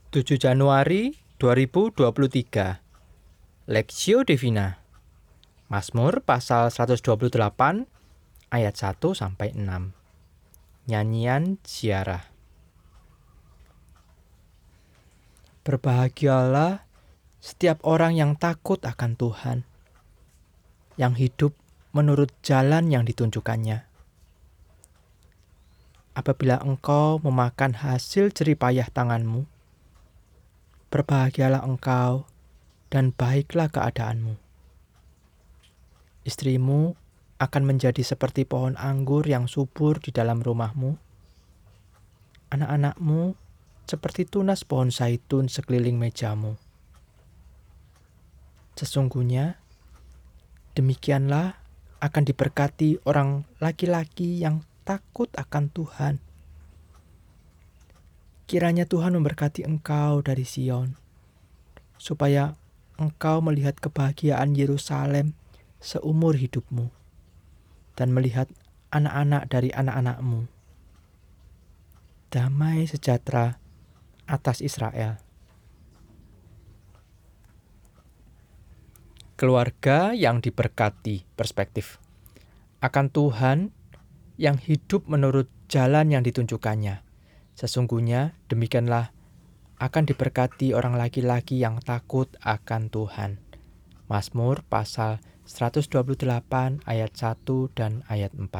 7 Januari 2023. Lexio Divina. Mazmur pasal 128 ayat 1 sampai 6. Nyanyian ziarah. Berbahagialah setiap orang yang takut akan Tuhan, yang hidup menurut jalan yang ditunjukkannya. Apabila engkau memakan hasil jeripayah tanganmu, berbahagialah engkau dan baiklah keadaanmu. Istrimu akan menjadi seperti pohon anggur yang subur di dalam rumahmu. Anak-anakmu seperti tunas pohon zaitun sekeliling mejamu. Sesungguhnya, demikianlah akan diberkati orang laki-laki yang takut akan Tuhan. Kiranya Tuhan memberkati engkau dari Sion, supaya engkau melihat kebahagiaan Yerusalem seumur hidupmu, dan melihat anak-anak dari anak-anakmu. Damai sejahtera atas Israel. Keluarga yang diberkati, perspektif akan Tuhan yang hidup menurut jalan yang ditunjukkannya. Sesungguhnya demikianlah akan diberkati orang laki-laki yang takut akan Tuhan. Mazmur pasal 128 ayat 1 dan ayat 4.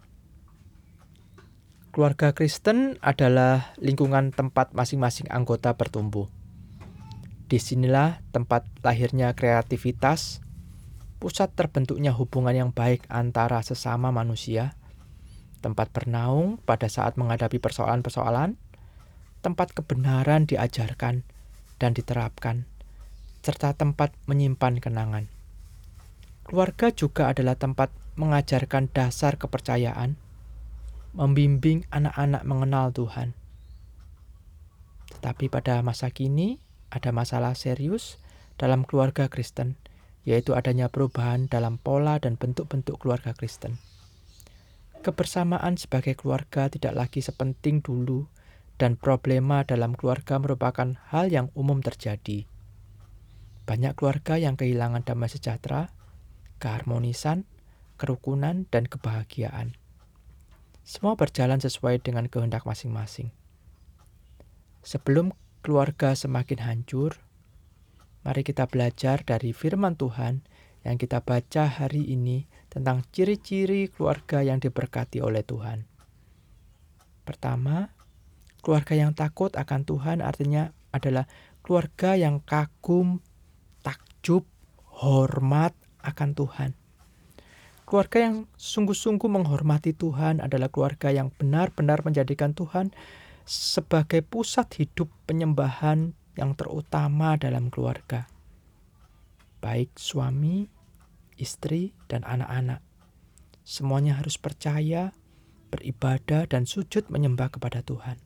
Keluarga Kristen adalah lingkungan tempat masing-masing anggota bertumbuh. Disinilah tempat lahirnya kreativitas, pusat terbentuknya hubungan yang baik antara sesama manusia, tempat bernaung pada saat menghadapi persoalan-persoalan, tempat kebenaran diajarkan dan diterapkan, serta tempat menyimpan kenangan. Keluarga juga adalah tempat mengajarkan dasar kepercayaan, membimbing anak-anak mengenal Tuhan. Tetapi pada masa kini, ada masalah serius dalam keluarga Kristen, yaitu adanya perubahan dalam pola dan bentuk-bentuk keluarga Kristen. Kebersamaan sebagai keluarga tidak lagi sepenting dulu, dan problema dalam keluarga merupakan hal yang umum terjadi. Banyak keluarga yang kehilangan damai sejahtera, keharmonisan, kerukunan, dan kebahagiaan. Semua berjalan sesuai dengan kehendak masing-masing. Sebelum keluarga semakin hancur, mari kita belajar dari firman Tuhan yang kita baca hari ini tentang ciri-ciri keluarga yang diberkati oleh Tuhan. Pertama, keluarga yang takut akan Tuhan artinya adalah keluarga yang kagum, takjub, hormat akan Tuhan. Keluarga yang sungguh-sungguh menghormati Tuhan adalah keluarga yang benar-benar menjadikan Tuhan sebagai pusat hidup penyembahan yang terutama dalam keluarga. Baik suami, istri, dan anak-anak. Semuanya harus percaya, beribadah, dan sujud menyembah kepada Tuhan.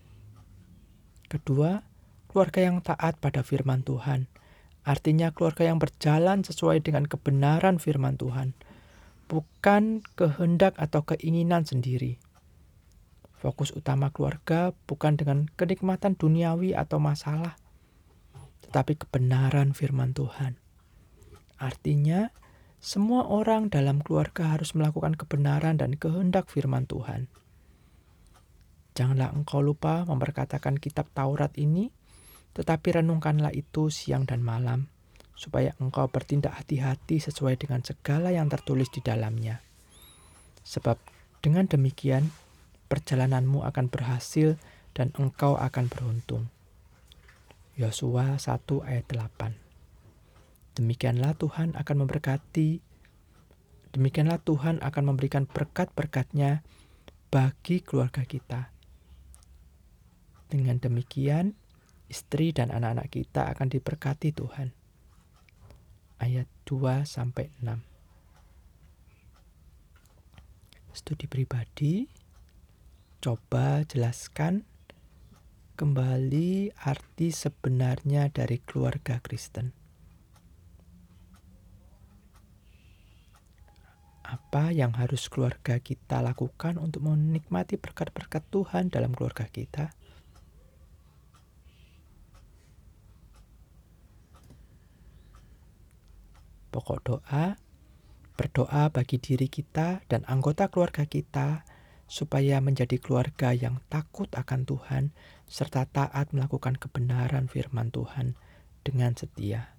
Kedua, keluarga yang taat pada firman Tuhan. Artinya keluarga yang berjalan sesuai dengan kebenaran firman Tuhan, bukan kehendak atau keinginan sendiri. Fokus utama keluarga bukan dengan kenikmatan duniawi atau masalah, tetapi kebenaran firman Tuhan. Artinya, semua orang dalam keluarga harus melakukan kebenaran dan kehendak firman Tuhan. Janganlah engkau lupa memperkatakan kitab Taurat ini, tetapi renungkanlah itu siang dan malam, supaya engkau bertindak hati-hati sesuai dengan segala yang tertulis di dalamnya. Sebab dengan demikian, perjalananmu akan berhasil dan engkau akan beruntung. Yosua 1 ayat 8. Demikianlah Tuhan akan memberkati, demikianlah Tuhan akan memberikan berkat-berkat-Nya bagi keluarga kita. Dengan demikian, istri dan anak-anak kita akan diberkati Tuhan. Ayat 2-6. Studi pribadi, coba jelaskan kembali arti sebenarnya dari keluarga Kristen. Apa yang harus keluarga kita lakukan untuk menikmati berkat-berkat Tuhan dalam keluarga kita? Pokok doa, berdoa bagi diri kita dan anggota keluarga kita supaya menjadi keluarga yang takut akan Tuhan serta taat melakukan kebenaran firman Tuhan dengan setia.